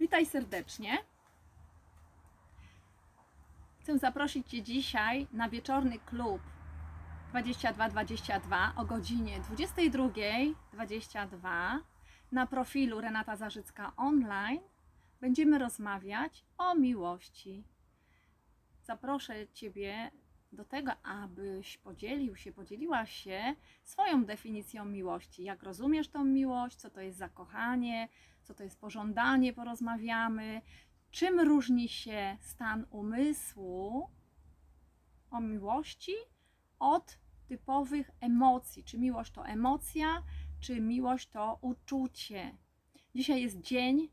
Witaj serdecznie. Chcę zaprosić Cię dzisiaj na wieczorny klub 2222 o godzinie 22:22 na profilu Renata Zarzycka online. Będziemy rozmawiać o miłości. Zaproszę Ciebie do tego, abyś podzieliła się swoją definicją miłości. Jak rozumiesz tą miłość, co to jest zakochanie, co to jest pożądanie, porozmawiamy. Czym różni się stan umysłu o miłości od typowych emocji? Czy miłość to emocja, czy miłość to uczucie? Dzisiaj jest dzień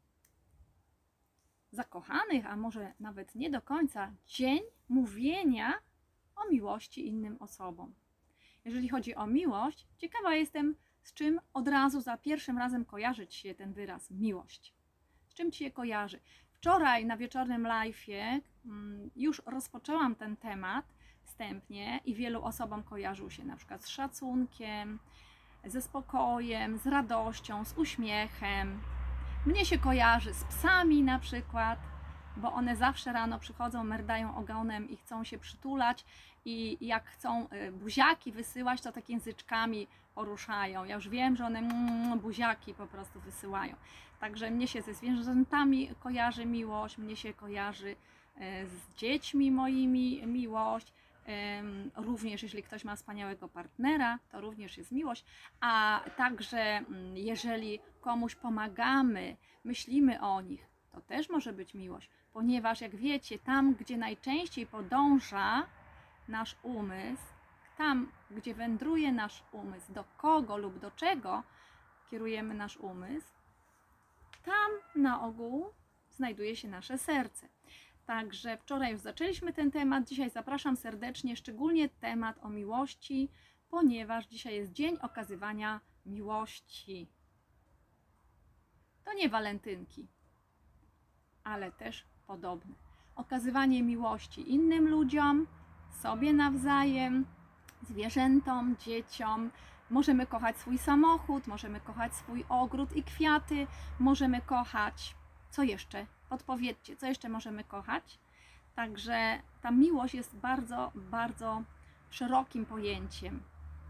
zakochanych, a może nawet nie do końca, dzień mówienia o miłości innym osobom. Jeżeli chodzi o miłość, ciekawa jestem, z czym od razu za pierwszym razem kojarzy Ci się ten wyraz miłość. Z czym Ci się kojarzy? Wczoraj na wieczornym live'ie już rozpoczęłam ten temat wstępnie i wielu osobom kojarzył się na przykład z szacunkiem, ze spokojem, z radością, z uśmiechem. Mnie się kojarzy z psami na przykład, bo one zawsze rano przychodzą, merdają ogonem i chcą się przytulać i jak chcą buziaki wysyłać, to tak języczkami poruszają. Ja już wiem, że one buziaki po prostu wysyłają. Także mnie się ze zwierzętami kojarzy miłość, mnie się kojarzy z dziećmi moimi miłość. Również jeśli ktoś ma wspaniałego partnera, to również jest miłość, a także jeżeli komuś pomagamy, myślimy o nich, to też może być miłość, ponieważ jak wiecie, tam gdzie najczęściej podąża nasz umysł, tam gdzie wędruje nasz umysł, do kogo lub do czego kierujemy nasz umysł, tam na ogół znajduje się nasze serce. Także wczoraj już zaczęliśmy ten temat, dzisiaj zapraszam serdecznie, szczególnie temat o miłości, ponieważ dzisiaj jest dzień okazywania miłości. To nie walentynki, ale też podobne. Okazywanie miłości innym ludziom, sobie nawzajem, zwierzętom, dzieciom. Możemy kochać swój samochód, możemy kochać swój ogród i kwiaty, możemy kochać, co jeszcze? Podpowiedzcie, co jeszcze możemy kochać? Także ta miłość jest bardzo, bardzo szerokim pojęciem.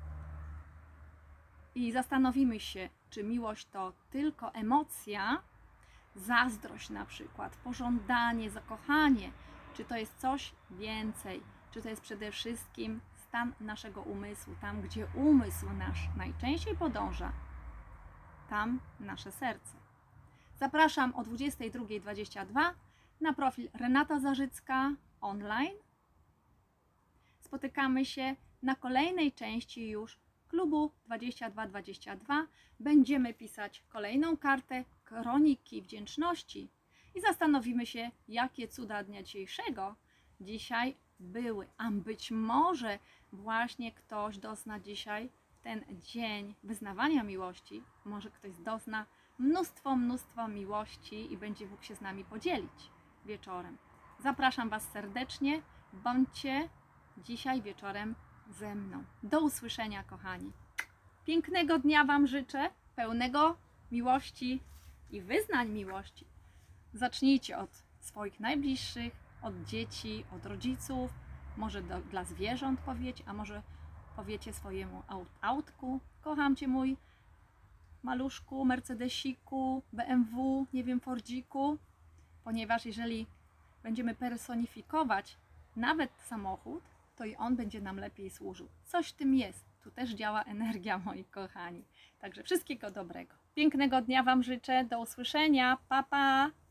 I zastanowimy się, czy miłość to tylko emocja, zazdrość na przykład, pożądanie, zakochanie, czy to jest coś więcej, czy to jest przede wszystkim stan naszego umysłu, tam gdzie umysł nasz najczęściej podąża, tam nasze serce. Zapraszam o 22:22 na profil Renata Zarzycka online. Spotykamy się na kolejnej części już klubu 2222. Będziemy pisać kolejną kartę kroniki wdzięczności i zastanowimy się, jakie cuda dnia dzisiejszego dzisiaj były. A być może właśnie ktoś dozna dzisiaj ten dzień wyznawania miłości, może ktoś dozna mnóstwo miłości i będzie mógł się z nami podzielić wieczorem. Zapraszam Was serdecznie, bądźcie dzisiaj wieczorem ze mną. Do usłyszenia, kochani. Pięknego dnia Wam życzę, pełnego miłości i wyznań miłości. Zacznijcie od swoich najbliższych, od dzieci, od rodziców, może dla zwierząt powiecie, a może powiecie swojemu autku: kocham Cię, mój maluszku, Mercedesiku, BMW, nie wiem, Fordziku, ponieważ jeżeli będziemy personifikować nawet samochód, to i on będzie nam lepiej służył. Coś w tym jest. Tu też działa energia, moi kochani. Także wszystkiego dobrego. Pięknego dnia Wam życzę. Do usłyszenia. Pa, pa!